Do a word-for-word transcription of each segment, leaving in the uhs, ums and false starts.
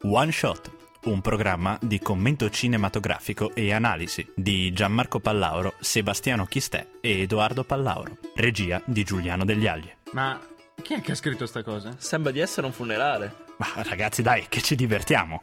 One Shot, un programma di commento cinematografico e analisi di Gianmarco Pallauro, Sebastiano Chistè e Edoardo Pallauro, regia di Giuliano Degli Agli. Ma chi è che ha scritto sta cosa? Sembra di essere un funerale. Ma ragazzi, dai, che ci divertiamo!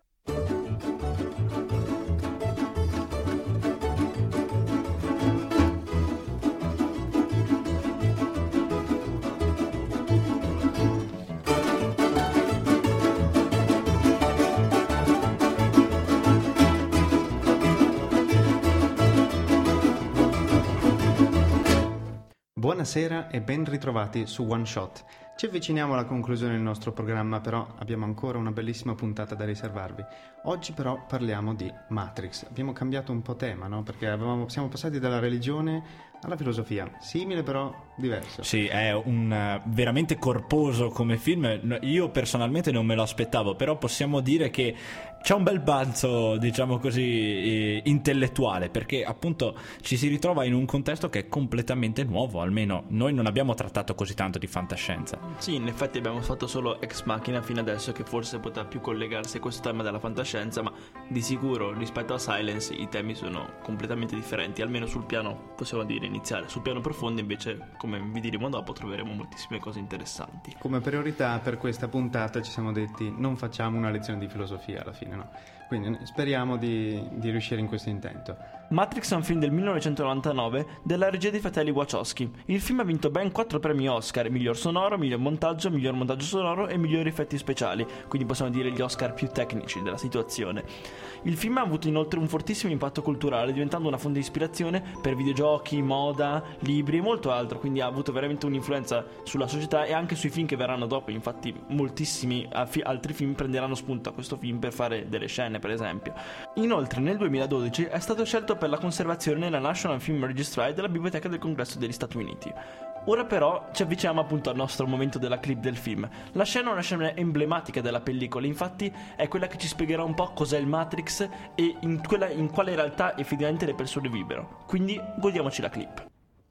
Buonasera e ben ritrovati su One Shot. Ci avviciniamo alla conclusione del nostro programma, però abbiamo ancora una bellissima puntata da riservarvi. Oggi però parliamo di Matrix. Abbiamo cambiato un po' tema, no? Perché avevamo, siamo passati dalla religione alla filosofia, simile però diverso. Sì, è un uh, veramente corposo come film. Io personalmente non me lo aspettavo, però possiamo dire che c'è un bel balzo, diciamo così, eh, intellettuale, perché appunto ci si ritrova in un contesto che è completamente nuovo. Almeno noi non abbiamo trattato così tanto di fantascienza. Sì, in effetti abbiamo fatto solo Ex Machina fino adesso, che forse poteva più collegarsi a questo tema della fantascienza, ma di sicuro rispetto a Silence i temi sono completamente differenti, almeno sul piano, possiamo dire, iniziale. Sul piano profondo invece, come vi diremo dopo, troveremo moltissime cose interessanti. Come priorità per questa puntata ci siamo detti non facciamo una lezione di filosofia alla fine, no? Quindi speriamo di, di riuscire in questo intento. Matrix è un film del millenovecentonovantanove della regia dei fratelli Wachowski. Il film ha vinto ben quattro premi Oscar: miglior sonoro, miglior montaggio, miglior montaggio sonoro e migliori effetti speciali, quindi possiamo dire gli Oscar più tecnici della situazione. Il film ha avuto inoltre un fortissimo impatto culturale, diventando una fonte di ispirazione per videogiochi, moda, libri e molto altro, quindi ha avuto veramente un'influenza sulla società e anche sui film che verranno dopo. Infatti moltissimi altri film prenderanno spunto a questo film per fare delle scene, per esempio. Inoltre nel duemiladodici è stato scelto per la conservazione nella National Film Registry della Biblioteca del Congresso degli Stati Uniti. Ora però ci avviciniamo appunto al nostro momento della clip del film. La scena è una scena emblematica della pellicola, infatti è quella che ci spiegherà un po' cos'è il Matrix e in, quella, in quale realtà effettivamente le persone vivono. Quindi godiamoci la clip.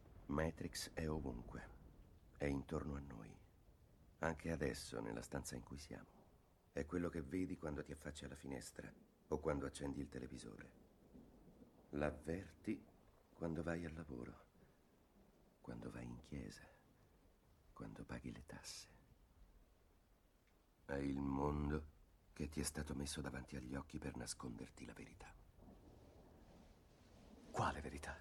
Matrix è ovunque, è intorno a noi, anche adesso nella stanza in cui siamo. È quello che vedi quando ti affacci alla finestra o quando accendi il televisore. L'avverti quando vai al lavoro, quando vai in chiesa, quando paghi le tasse. È il mondo che ti è stato messo davanti agli occhi per nasconderti la verità. Quale verità?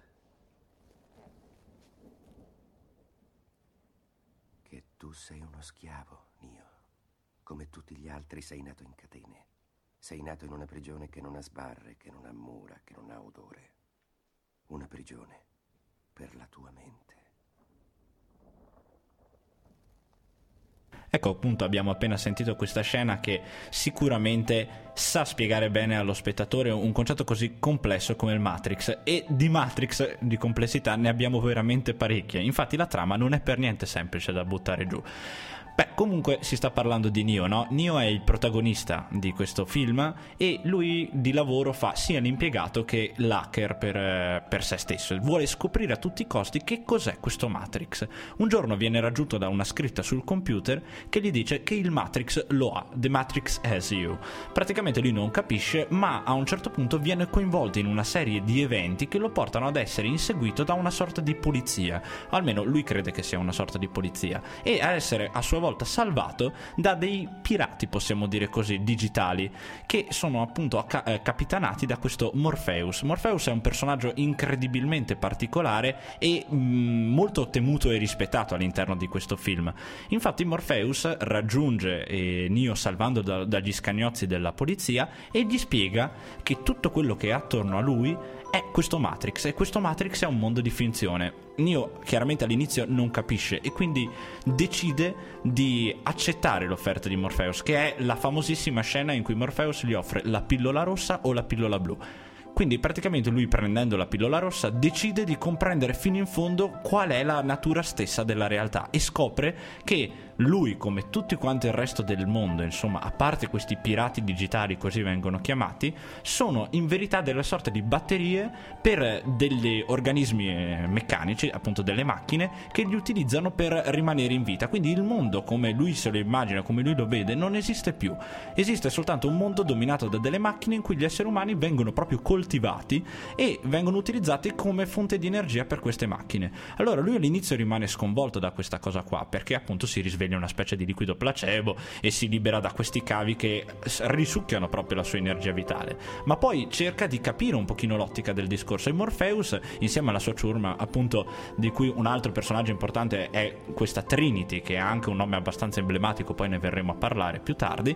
Che tu sei uno schiavo, Neo. Come tutti gli altri sei nato in catene. Sei nato in una prigione che non ha sbarre, che non ha mura, che non ha odore. Una prigione per la tua mente. Ecco, appunto, abbiamo appena sentito questa scena che sicuramente sa spiegare bene allo spettatore un concetto così complesso come il Matrix, e di Matrix, di complessità, ne abbiamo veramente parecchie. Infatti la trama non è per niente semplice da buttare giù. Beh, comunque si sta parlando di Neo, no? Neo è il protagonista di questo film e lui di lavoro fa sia l'impiegato che l'hacker per, per se stesso. Vuole scoprire a tutti i costi che cos'è questo Matrix. Un giorno viene raggiunto da una scritta sul computer che gli dice che il Matrix lo ha. The Matrix has you. Praticamente lui non capisce, ma a un certo punto viene coinvolto in una serie di eventi che lo portano ad essere inseguito da una sorta di polizia. Almeno lui crede che sia una sorta di polizia, e a essere a sua volta salvato da dei pirati, possiamo dire così, digitali, che sono appunto ca- capitanati da questo Morpheus. Morpheus è un personaggio incredibilmente particolare e mh, molto temuto e rispettato all'interno di questo film. Infatti Morpheus raggiunge eh, Neo salvando da- dagli scagnozzi della polizia e gli spiega che tutto quello che è attorno a lui è questo Matrix, e questo Matrix è un mondo di finzione. Neo chiaramente all'inizio non capisce e quindi decide di accettare l'offerta di Morpheus, che è la famosissima scena in cui Morpheus gli offre la pillola rossa o la pillola blu. Quindi praticamente lui, prendendo la pillola rossa, decide di comprendere fino in fondo qual è la natura stessa della realtà e scopre che lui, come tutti quanti il resto del mondo, insomma, a parte questi pirati digitali, così vengono chiamati, sono in verità delle sorte di batterie per degli organismi meccanici, appunto delle macchine, che li utilizzano per rimanere in vita. Quindi il mondo come lui se lo immagina, come lui lo vede, non esiste più. Esiste soltanto un mondo dominato da delle macchine in cui gli esseri umani vengono proprio coltivati e vengono utilizzati come fonte di energia per queste macchine. Allora lui all'inizio rimane sconvolto da questa cosa qua, perché appunto si risveglia una specie di liquido placebo e si libera da questi cavi che risucchiano proprio la sua energia vitale. Ma poi cerca di capire un pochino l'ottica del discorso, e Morpheus, insieme alla sua ciurma, appunto, di cui un altro personaggio importante è questa Trinity, che ha anche un nome abbastanza emblematico, poi ne verremo a parlare più tardi,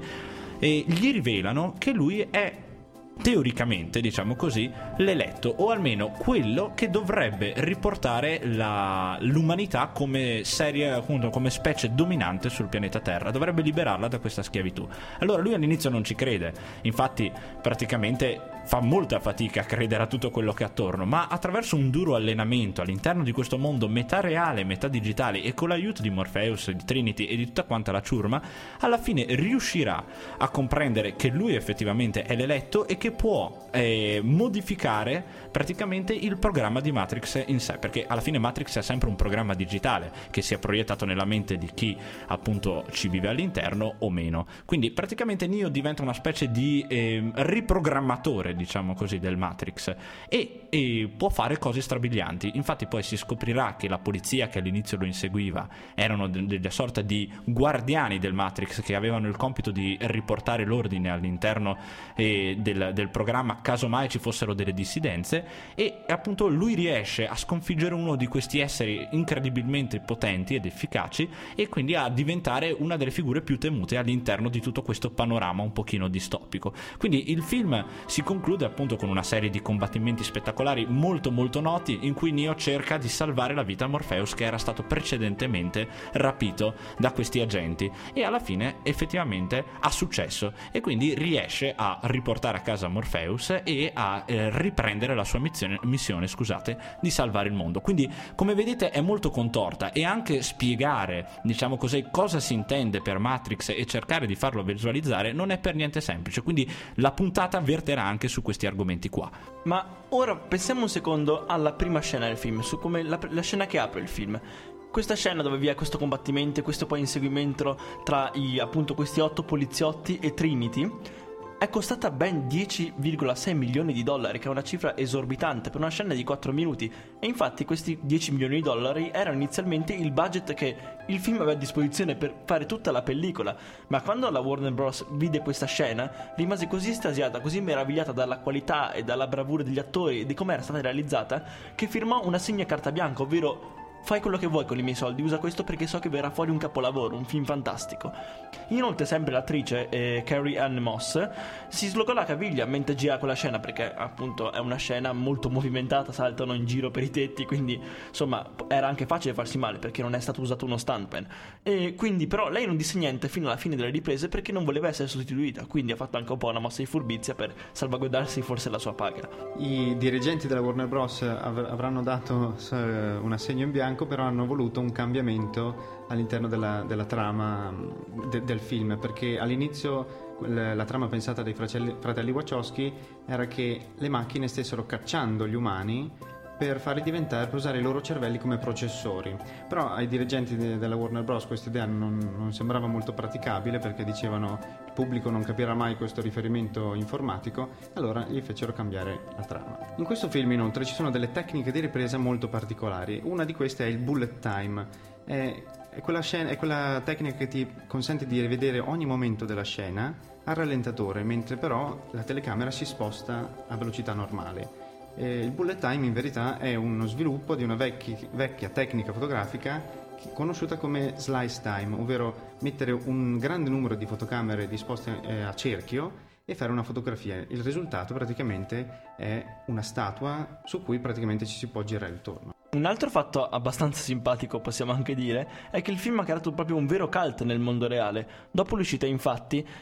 e gli rivelano che lui è teoricamente, diciamo così, l'eletto, o almeno quello che dovrebbe riportare la, l'umanità come serie, appunto, come specie dominante sul pianeta Terra, dovrebbe liberarla da questa schiavitù. Allora lui all'inizio non ci crede, infatti praticamente fa molta fatica a credere a tutto quello che ha attorno, ma attraverso un duro allenamento all'interno di questo mondo metà reale, metà digitale, e con l'aiuto di Morpheus, di Trinity e di tutta quanta la ciurma, alla fine riuscirà a comprendere che lui effettivamente è l'eletto e che può eh, modificare praticamente il programma di Matrix in sé, perché alla fine Matrix è sempre un programma digitale che si è proiettato nella mente di chi appunto ci vive all'interno o meno. Quindi praticamente Neo diventa una specie di eh, riprogrammatore, diciamo così, del Matrix, e, e può fare cose strabilianti. Infatti poi si scoprirà che la polizia che all'inizio lo inseguiva erano de- delle sorta di guardiani del Matrix che avevano il compito di riportare l'ordine all'interno eh, del, del programma caso mai ci fossero delle dissidenze, e appunto lui riesce a sconfiggere uno di questi esseri incredibilmente potenti ed efficaci, e quindi a diventare una delle figure più temute all'interno di tutto questo panorama un pochino distopico. Quindi il film si conclude appunto con una serie di combattimenti spettacolari molto molto noti, in cui Neo cerca di salvare la vita a Morpheus, che era stato precedentemente rapito da questi agenti, e alla fine effettivamente ha successo, e quindi riesce a riportare a casa Morpheus e a eh, riprendere la sua missione, missione scusate, di salvare il mondo. Quindi come vedete è molto contorta, e anche spiegare, diciamo così, cosa si intende per Matrix e cercare di farlo visualizzare non è per niente semplice. Quindi la puntata verterà anche su questi argomenti qua. Ma ora pensiamo un secondo alla prima scena del film, su come la, la scena che apre il film. Questa scena dove vi è questo combattimento, questo poi inseguimento tra i, appunto, questi otto poliziotti e Trinity, è costata ben dieci virgola sei milioni di dollari, che è una cifra esorbitante per una scena di quattro minuti. E infatti questi dieci milioni di dollari erano inizialmente il budget che il film aveva a disposizione per fare tutta la pellicola. Ma quando la Warner Bros. Vide questa scena, rimase così estasiata, così meravigliata dalla qualità e dalla bravura degli attori e di come era stata realizzata, che firmò una segna carta bianca, ovvero: fai quello che vuoi con i miei soldi, usa questo perché so che verrà fuori un capolavoro, un film fantastico. Inoltre sempre l'attrice eh, Carrie Ann Moss si slogò la caviglia mentre girava quella scena, perché appunto è una scena molto movimentata, saltano in giro per i tetti, quindi insomma era anche facile farsi male perché non è stato usato uno stuntman. E quindi però lei non disse niente fino alla fine delle riprese perché non voleva essere sostituita, quindi ha fatto anche un po' una mossa di furbizia per salvaguardarsi forse la sua paga. I dirigenti della Warner Bros. av- avranno dato uh, un assegno in bianco, però hanno voluto un cambiamento all'interno della, della trama de, del film, perché all'inizio la, la trama pensata dai fratelli, fratelli Wachowski era che le macchine stessero cacciando gli umani per farli diventare, per usare i loro cervelli come processori. Però ai dirigenti de, della Warner Bros. Questa idea non, non sembrava molto praticabile, perché dicevano il pubblico non capirà mai questo riferimento informatico, allora gli fecero cambiare la trama. In questo film inoltre ci sono delle tecniche di ripresa molto particolari. Una di queste è il bullet time. È, è, quella scena, è quella tecnica che ti consente di rivedere ogni momento della scena al rallentatore, mentre però la telecamera si sposta a velocità normale. Eh, il bullet time in verità è uno sviluppo di una vecchi, vecchia tecnica fotografica conosciuta come slice time, ovvero mettere un grande numero di fotocamere disposte eh, a cerchio e fare una fotografia. Il risultato praticamente è una statua su cui praticamente ci si può girare intorno. Un altro fatto abbastanza simpatico, possiamo anche dire, è che il film ha creato proprio un vero cult nel mondo reale. Dopo l'uscita, infatti,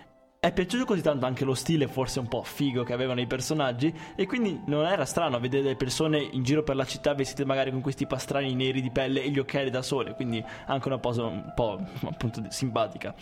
è piaciuto così tanto anche lo stile forse un po' figo che avevano i personaggi, e quindi non era strano vedere delle persone in giro per la città vestite magari con questi pastrani neri di pelle e gli occhiali da sole, quindi anche una cosa un po' appunto simpatica.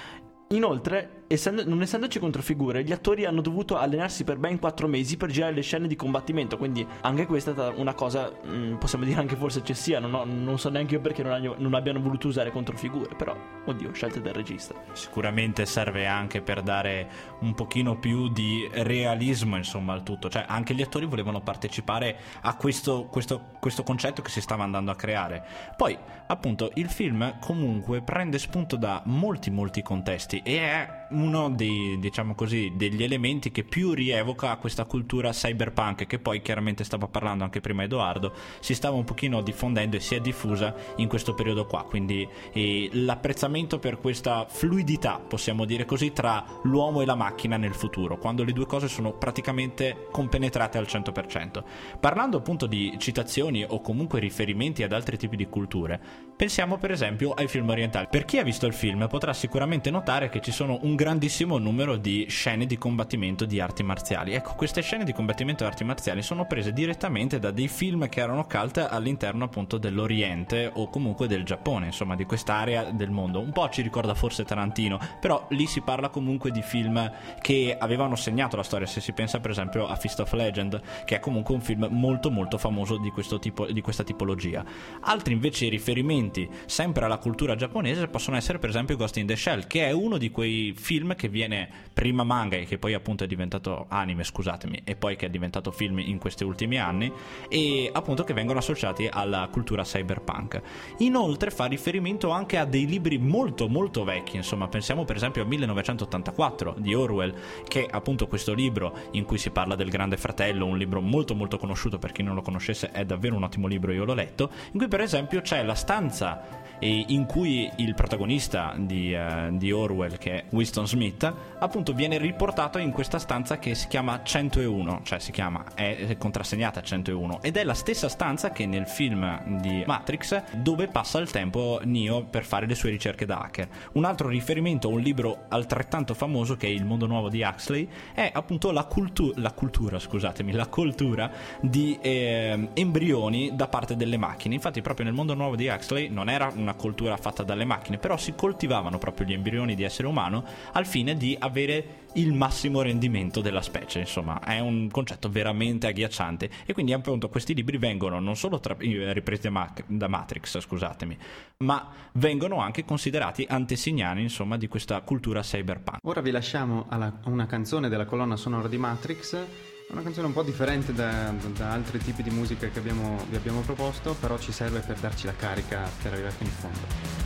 Inoltre, essendo, non essendoci controfigure, gli attori hanno dovuto allenarsi per ben quattro mesi per girare le scene di combattimento, quindi anche questa è stata una cosa, mh, possiamo dire anche forse eccessiva. Non, ho, non so neanche io perché non, hanno, non abbiano voluto usare controfigure, però, oddio, scelte del regista. Sicuramente serve anche per dare un pochino più di realismo, insomma, al tutto. Cioè, anche gli attori volevano partecipare a questo, questo, questo concetto che si stava andando a creare. Poi, appunto, il film comunque prende spunto da molti, molti contesti, e è uno dei, diciamo così, degli elementi che più rievoca questa cultura cyberpunk, che poi chiaramente stava parlando anche prima Edoardo, si stava un pochino diffondendo e si è diffusa in questo periodo qua. Quindi eh, l'apprezzamento per questa fluidità, possiamo dire così, tra l'uomo e la macchina nel futuro, quando le due cose sono praticamente compenetrate al cento per cento. Parlando appunto di citazioni o comunque riferimenti ad altri tipi di culture, pensiamo per esempio ai film orientali. Per chi ha visto il film potrà sicuramente notare che ci sono un grandissimo numero di scene di combattimento di arti marziali. Ecco, queste scene di combattimento di arti marziali sono prese direttamente da dei film che erano cult all'interno appunto dell'Oriente o comunque del Giappone, insomma di quest'area del mondo. Un po' ci ricorda forse Tarantino, però lì si parla comunque di film che avevano segnato la storia. Se si pensa per esempio a Fist of Legend, che è comunque un film molto molto famoso di questo tipo, di questa tipologia. Altri invece riferimenti sempre alla cultura giapponese possono essere per esempio Ghost in the Shell, che è uno di quei film che viene prima manga e che poi appunto è diventato anime, scusatemi, e poi che è diventato film in questi ultimi anni, e appunto che vengono associati alla cultura cyberpunk. Inoltre fa riferimento anche a dei libri molto molto vecchi, insomma pensiamo per esempio a millenovecentottantaquattro di Orwell, che è appunto questo libro in cui si parla del Grande Fratello, un libro molto molto conosciuto. Per chi non lo conoscesse è davvero un ottimo libro, io l'ho letto, in cui per esempio c'è la stanza in cui il protagonista di, uh, di Orwell, che è Winston Smith, appunto viene riportato in questa stanza che si chiama centouno, cioè si chiama, è contrassegnata centouno, ed è la stessa stanza che nel film di Matrix, dove passa il tempo Neo per fare le sue ricerche da hacker. Un altro riferimento a un libro altrettanto famoso, che è Il mondo nuovo di Huxley, è appunto la, cultu- la cultura, scusatemi, la cultura di eh, embrioni da parte delle macchine. Infatti proprio nel mondo nuovo di Huxley non era una cultura fatta dalle macchine, però si coltivavano proprio gli embrioni di essere umano al fine di avere il massimo rendimento della specie. Insomma, è un concetto veramente agghiacciante, e quindi appunto questi libri vengono non solo tra- ripresi da, Ma- da Matrix, scusatemi, ma vengono anche considerati antesignani, insomma, di questa cultura cyberpunk. Ora vi lasciamo a una canzone della colonna sonora di Matrix. Una canzone un po' differente da, da altri tipi di musica che abbiamo, vi abbiamo proposto, però ci serve per darci la carica per arrivare fino in fondo.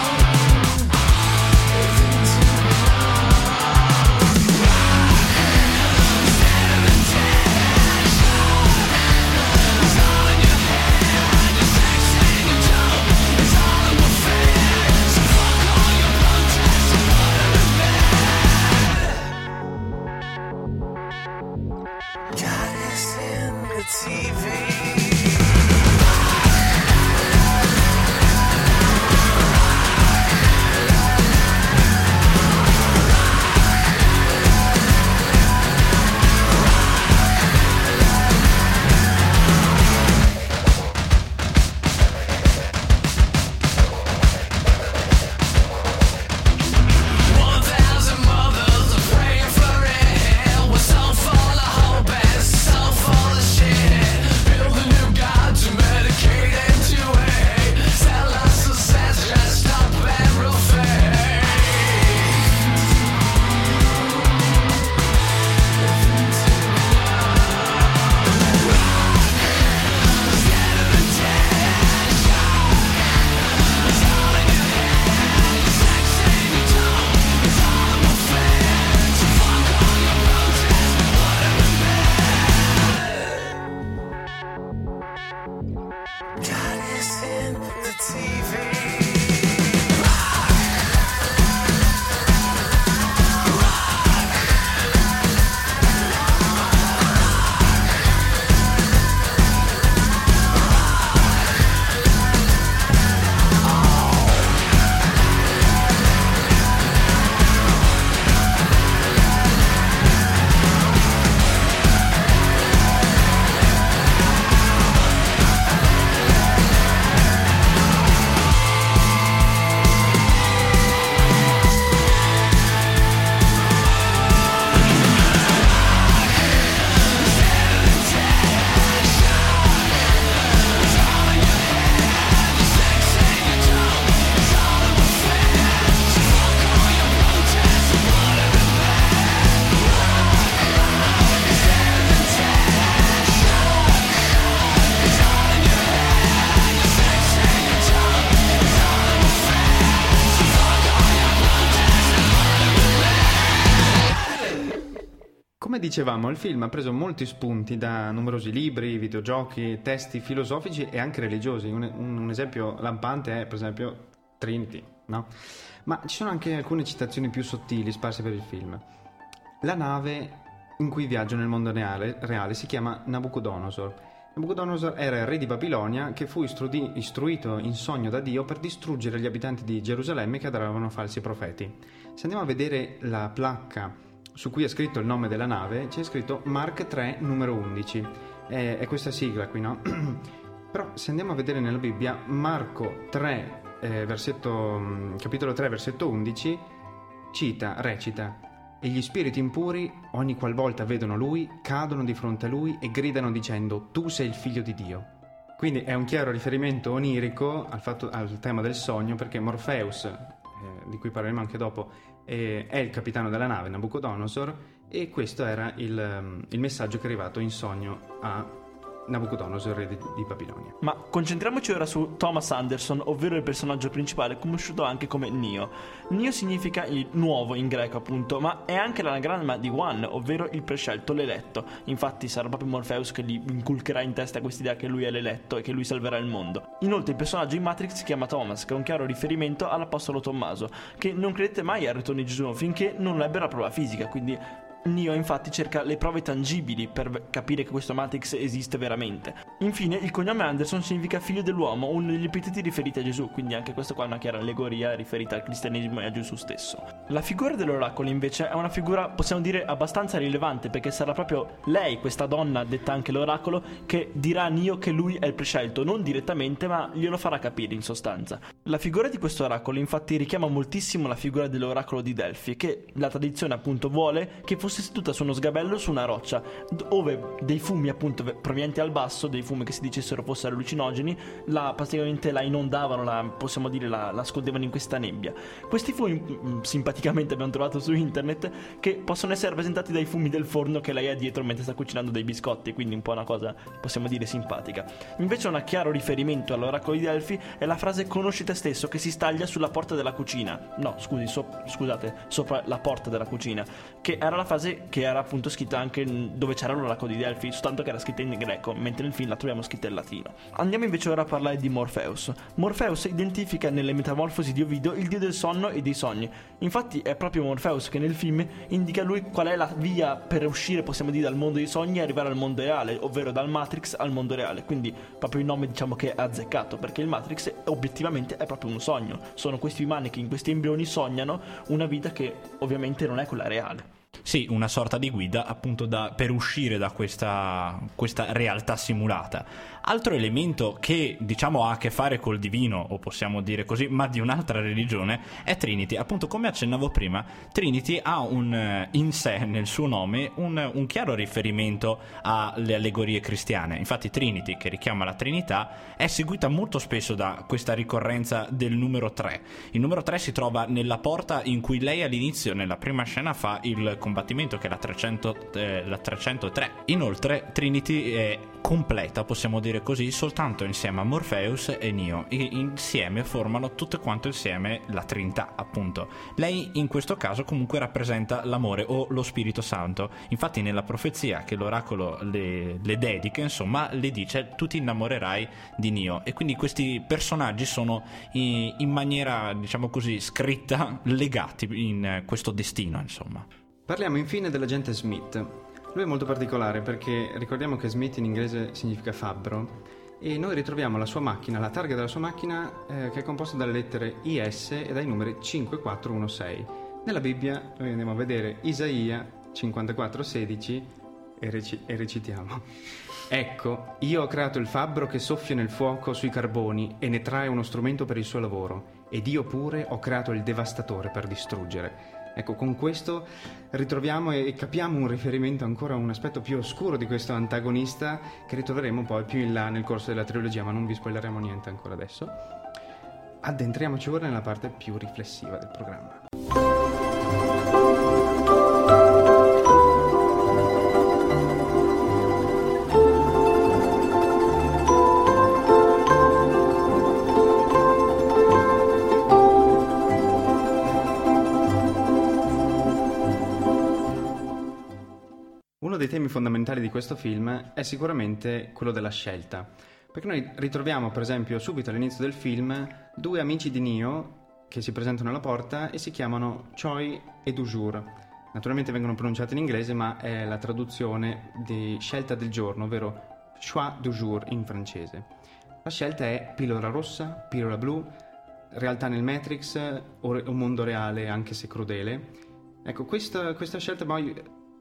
Yeah. come dicevamo, il film ha preso molti spunti da numerosi libri, videogiochi, testi filosofici e anche religiosi. Un, un esempio lampante è, per esempio, Trinity, no? Ma ci sono anche alcune citazioni più sottili sparse per il film. La nave in cui viaggio nel mondo reale, reale si chiama Nabucodonosor. Nabucodonosor era il re di Babilonia che fu istrudi- istruito in sogno da Dio per distruggere gli abitanti di Gerusalemme che adoravano falsi profeti. Se andiamo a vedere la placca su cui è scritto il nome della nave, c'è scritto Mark tre numero undici. È, è questa sigla qui, no? Però se andiamo a vedere nella Bibbia, Marco tre, eh, versetto, capitolo tre, versetto undici, cita, recita: e gli spiriti impuri, ogni qualvolta vedono lui, cadono di fronte a lui e gridano dicendo: tu sei il figlio di Dio. Quindi è un chiaro riferimento onirico al, fatto, al tema del sogno, perché Morpheus, eh, di cui parleremo anche dopo, eh, è il capitano della nave Nabucodonosor, e questo era il, il messaggio che è arrivato in sogno a Nabucodonosor, re di, di Babilonia. Ma concentriamoci ora su Thomas Anderson, ovvero il personaggio principale, conosciuto anche come Neo. Neo significa il nuovo in greco, appunto, ma è anche l'anagramma di One, ovvero il prescelto, l'eletto. Infatti sarà proprio Morpheus che gli inculcherà in testa quest'idea che lui è l'eletto e che lui salverà il mondo. Inoltre il personaggio in Matrix si chiama Thomas, che è un chiaro riferimento all'apostolo Tommaso, che non credette mai al ritorno di Gesù finché non ebbe la prova fisica, quindi Neo infatti cerca le prove tangibili per capire che questo Matrix esiste veramente. Infine il cognome Anderson significa figlio dell'uomo, uno degli epiteti riferiti a Gesù, quindi anche questo qua è una chiara allegoria riferita al cristianesimo e a Gesù stesso. La figura dell'oracolo invece è una figura, possiamo dire, abbastanza rilevante, perché sarà proprio lei, questa donna detta anche l'oracolo, che dirà a Neo che lui è il prescelto, non direttamente ma glielo farà capire in sostanza. La figura di questo oracolo infatti richiama moltissimo la figura dell'oracolo di Delfi, che la tradizione appunto vuole che fosse seduta su uno sgabello su una roccia, dove dei fumi appunto provenienti al basso, dei fumi che si dicessero fossero allucinogeni, la, praticamente la inondavano, la, possiamo dire la, la scondevano in questa nebbia. Questi fumi mh, simpaticamente abbiamo trovato su internet, che possono essere rappresentati dai fumi del forno che lei ha dietro mentre sta cucinando dei biscotti, quindi un po' una cosa possiamo dire simpatica. Invece un chiaro riferimento all'oracolo di Delfi è la frase "conosci te stesso", che si staglia sulla porta della cucina, no scusi so, scusate sopra la porta della cucina, che era la frase che era appunto scritta anche dove c'era l'oracolo di Delfi, soltanto che era scritta in greco, mentre nel film la troviamo scritta in latino. Andiamo invece ora a parlare di Morpheus. Morpheus identifica nelle metamorfosi di Ovidio il dio del sonno e dei sogni. Infatti è proprio Morpheus che nel film indica a lui qual è la via per uscire, possiamo dire, dal mondo dei sogni e arrivare al mondo reale, ovvero dal Matrix al mondo reale. Quindi proprio il nome diciamo che è azzeccato, perché il Matrix obiettivamente è proprio un sogno. Sono questi umani che in questi embrioni sognano una vita che ovviamente non è quella reale. Sì, una sorta di guida appunto da, per uscire da questa, questa realtà simulata. Altro elemento che diciamo ha a che fare col divino, o possiamo dire così, ma di un'altra religione, è Trinity. Appunto, come accennavo prima, Trinity ha un, in sé, nel suo nome, un, un chiaro riferimento alle allegorie cristiane. Infatti Trinity, che richiama la Trinità, è seguita molto spesso da questa ricorrenza del numero tre. Il numero tre si trova nella porta in cui lei all'inizio, nella prima scena, fa il combattimento, che è la, trecento, eh, la trecentotré. Inoltre Trinity è completa, possiamo dire così, soltanto insieme a Morpheus e Neo. I, insieme formano tutto quanto insieme la Trinità, appunto. Lei in questo caso comunque rappresenta l'amore o lo Spirito Santo. Infatti nella profezia che l'oracolo le, le dedica, insomma, le dice: tu ti innamorerai di Neo. E quindi questi personaggi sono in, in maniera, diciamo così, scritta, legati in questo destino, insomma. Parliamo infine dell'agente Smith. Lui è molto particolare perché ricordiamo che Smith in inglese significa fabbro, e noi ritroviamo la sua macchina, la targa della sua macchina, eh, che è composta dalle lettere I S e dai numeri cinque quattro uno sei. Nella Bibbia noi andiamo a vedere Isaia cinquantaquattro sedici e, reci- e recitiamo: ecco, io ho creato il fabbro che soffia nel fuoco sui carboni e ne trae uno strumento per il suo lavoro, ed io pure ho creato il devastatore per distruggere. Ecco, con questo ritroviamo e capiamo un riferimento ancora a un aspetto più oscuro di questo antagonista, che ritroveremo poi più in là nel corso della trilogia, ma non vi spoileremo niente ancora adesso. Addentriamoci ora nella parte più riflessiva del programma. uno dei temi fondamentali di questo film è sicuramente quello della scelta, perché noi ritroviamo per esempio subito all'inizio del film due amici di Neo che si presentano alla porta e si chiamano Choi e Dujour. Naturalmente vengono pronunciati in inglese, ma è la traduzione di scelta del giorno, ovvero choix du jour in francese. La scelta è pillola rossa, pillola blu, realtà nel Matrix o un mondo reale anche se crudele. Ecco, questa, questa scelta poi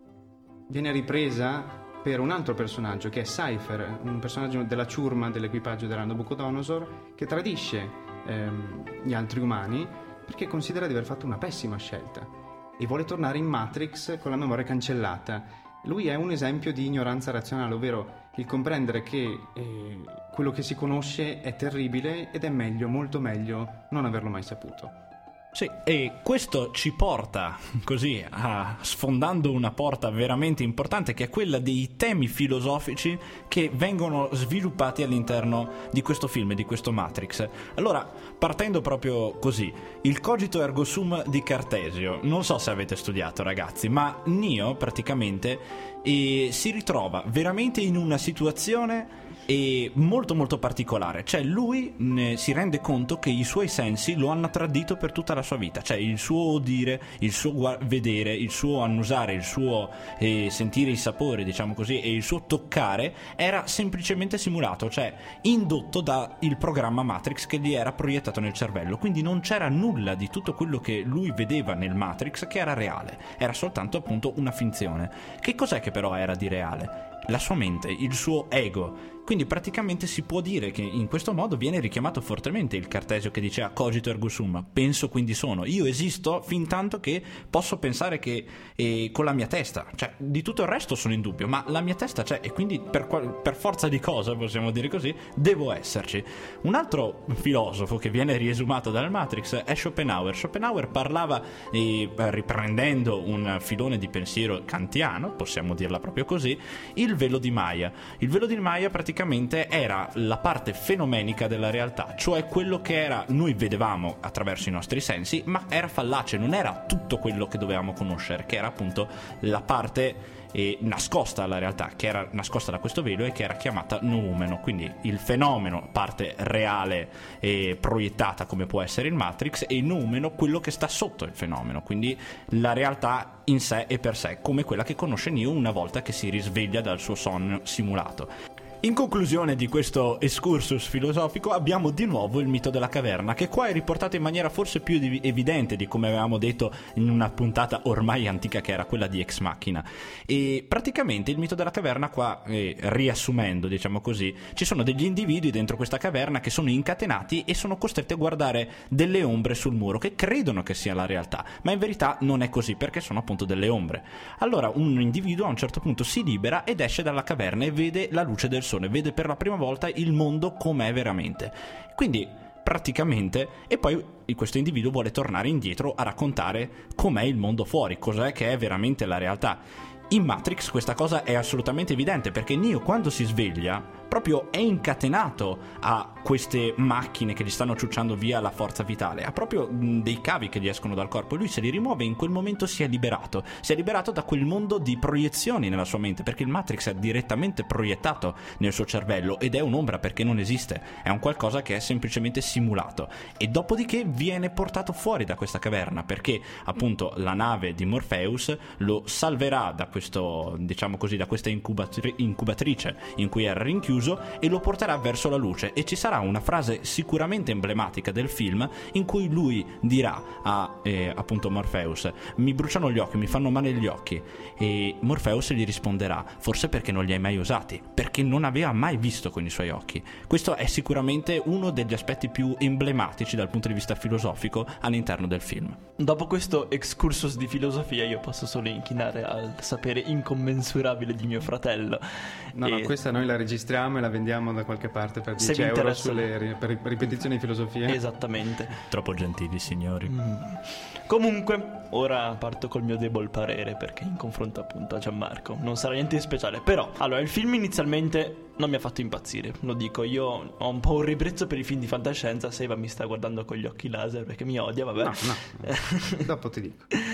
viene ripresa per un altro personaggio che è Cypher, un personaggio della ciurma dell'equipaggio della Nabucodonosor che tradisce ehm, gli altri umani perché considera di aver fatto una pessima scelta e vuole tornare in Matrix con la memoria cancellata. Lui è un esempio di ignoranza razionale, ovvero il comprendere che eh, quello che si conosce è terribile ed è meglio, molto meglio, non averlo mai saputo. Sì, e questo ci porta così a sfondando una porta veramente importante, che è quella dei temi filosofici che vengono sviluppati all'interno di questo film, di questo Matrix. Allora, partendo proprio così, il cogito ergo sum di Cartesio, non so se avete studiato ragazzi, ma Neo praticamente eh, si ritrova veramente in una situazione e molto molto particolare, cioè lui ne si rende conto che i suoi sensi lo hanno tradito per tutta la sua vita, cioè il suo udire, il suo guard- vedere, il suo annusare, il suo eh, sentire i sapori, diciamo così, e il suo toccare era semplicemente simulato, cioè indotto dal programma Matrix che gli era proiettato nel cervello, quindi non c'era nulla di tutto quello che lui vedeva nel Matrix che era reale, era soltanto appunto una finzione. Che cos'è che però era di reale? La sua mente, il suo ego. Quindi praticamente si può dire che in questo modo viene richiamato fortemente il Cartesio che diceva cogito ergo sum, penso quindi sono, io esisto fin tanto che posso pensare che eh, con la mia testa, cioè di tutto il resto sono in dubbio, ma la mia testa c'è e quindi per, per forza di cosa, possiamo dire così, devo esserci. Un altro filosofo che viene riesumato dal Matrix è Schopenhauer. Schopenhauer parlava eh, riprendendo un filone di pensiero kantiano, possiamo dirla proprio così, il velo di Maya. Il velo di Maya praticamente era la parte fenomenica della realtà, cioè quello che era noi vedevamo attraverso i nostri sensi, ma era fallace, non era tutto quello che dovevamo conoscere, che era appunto la parte eh, nascosta alla realtà, che era nascosta da questo velo e che era chiamata noumeno. Quindi il fenomeno, parte reale e proiettata come può essere il Matrix, e il noumeno quello che sta sotto il fenomeno, quindi la realtà in sé e per sé, come quella che conosce Neo una volta che si risveglia dal suo sonno simulato. In conclusione di questo excursus filosofico abbiamo di nuovo il mito della caverna, che qua è riportato in maniera forse più evidente di come avevamo detto in una puntata ormai antica che era quella di Ex Machina. E praticamente il mito della caverna qua, eh, riassumendo diciamo così, ci sono degli individui dentro questa caverna che sono incatenati e sono costretti a guardare delle ombre sul muro che credono che sia la realtà, ma in verità non è così perché sono appunto delle ombre. Allora un individuo a un certo punto si libera ed esce dalla caverna e vede la luce del sole, vede per la prima volta il mondo com'è veramente. Quindi praticamente, e poi questo individuo vuole tornare indietro a raccontare com'è il mondo fuori, cos'è che è veramente la realtà. In Matrix questa cosa è assolutamente evidente, perché Neo quando si sveglia proprio è incatenato a queste macchine che gli stanno ciucciando via la forza vitale, ha proprio dei cavi che gli escono dal corpo, lui se li rimuove e in quel momento si è liberato, si è liberato da quel mondo di proiezioni nella sua mente, perché il Matrix è direttamente proiettato nel suo cervello ed è un'ombra perché non esiste, è un qualcosa che è semplicemente simulato, e dopodiché viene portato fuori da questa caverna perché appunto la nave di Morpheus lo salverà da questo, diciamo così, da questa incubatri- incubatrice in cui era rinchiuso e lo porterà verso la luce, e ci sarà una frase sicuramente emblematica del film in cui lui dirà a eh, appunto Morpheus: mi bruciano gli occhi, mi fanno male gli occhi, e Morpheus gli risponderà: forse perché non li hai mai usati, perché non aveva mai visto con i suoi occhi. Questo è sicuramente uno degli aspetti più emblematici dal punto di vista filosofico all'interno del film. Dopo questo excursus di filosofia io posso solo inchinare al sapere incommensurabile di mio fratello. No, e... no, questa noi la registriamo e la vendiamo da qualche parte per Se dieci vi euro interessa- sulle ri- per ripetizioni di filosofia. Esattamente. Troppo gentili signori. Mm. Comunque, ora parto col mio debole parere, perché in confronto appunto a Gianmarco non sarà niente di speciale. Però, allora, il film inizialmente non mi ha fatto impazzire, lo dico, io ho un po' un ribrezzo per i film di fantascienza. Seva mi sta guardando con gli occhi laser perché mi odia, vabbè. No, no, dopo ti dico.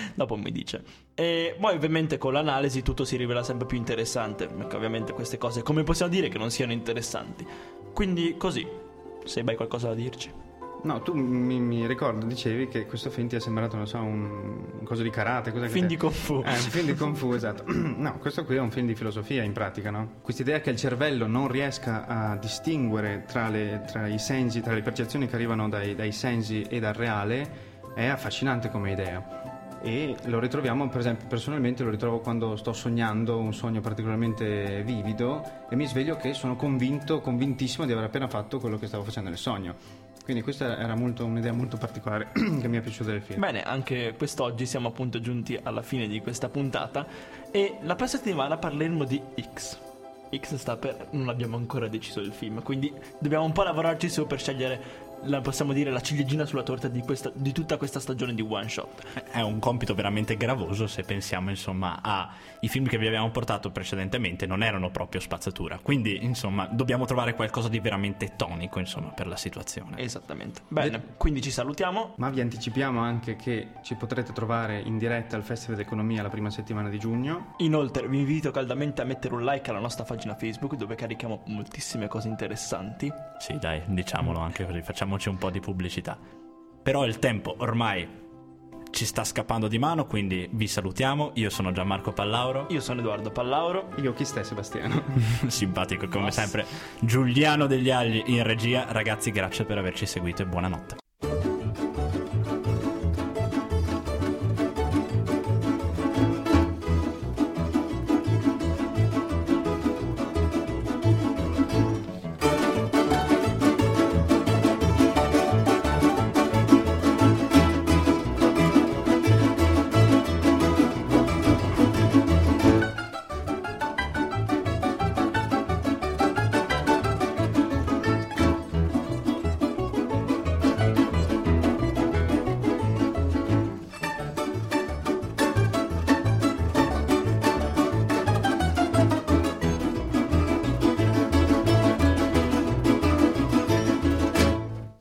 Dopo mi dice. E poi ovviamente con l'analisi tutto si rivela sempre più interessante, perché ovviamente queste cose come possiamo dire che non siano interessanti? Quindi così, se hai qualcosa da dirci. No, tu mi, mi ricordo, dicevi che questo film ti è sembrato, non so, un, un coso di karate. Cos'è Film che di te... Kung Fu. Eh, un film di Kung Fu, esatto. No, questo qui è un film di filosofia in pratica, no? Quest'idea che il cervello non riesca a distinguere tra, le, tra i sensi, tra le percezioni che arrivano dai, dai sensi e dal reale è affascinante come idea. E lo ritroviamo, per esempio, personalmente lo ritrovo quando sto sognando un sogno particolarmente vivido e mi sveglio che sono convinto, convintissimo di aver appena fatto quello che stavo facendo nel sogno. Quindi questa era molto, un'idea molto particolare che mi è piaciuta del film. Bene, anche quest'oggi siamo appunto giunti alla fine di questa puntata e la prossima settimana parleremo di X. X sta per... non abbiamo ancora deciso il film, quindi dobbiamo un po' lavorarci su per scegliere, la, possiamo dire, la ciliegina sulla torta di, questa, di tutta questa stagione di One Shot. È un compito veramente gravoso se pensiamo insomma ai film che vi abbiamo portato precedentemente, non erano proprio spazzatura, quindi insomma dobbiamo trovare qualcosa di veramente tonico insomma per la situazione. Esattamente. Bene, quindi ci salutiamo. Ma vi anticipiamo anche che ci potrete trovare in diretta al Festival d'Economia la prima settimana di giugno. Inoltre vi invito caldamente a mettere un like alla nostra pagina Facebook dove carichiamo moltissime cose interessanti. Sì, dai, diciamolo anche così, facciamoci un po' di pubblicità. Però il tempo ormai ci sta scappando di mano, quindi vi salutiamo. Io sono Gianmarco Pallauro. Io sono Edoardo Pallauro. Io chi stai, Sebastiano? Simpatico come Boss. sempre Giuliano Degli Agli in regia. Ragazzi, grazie per averci seguito e buonanotte.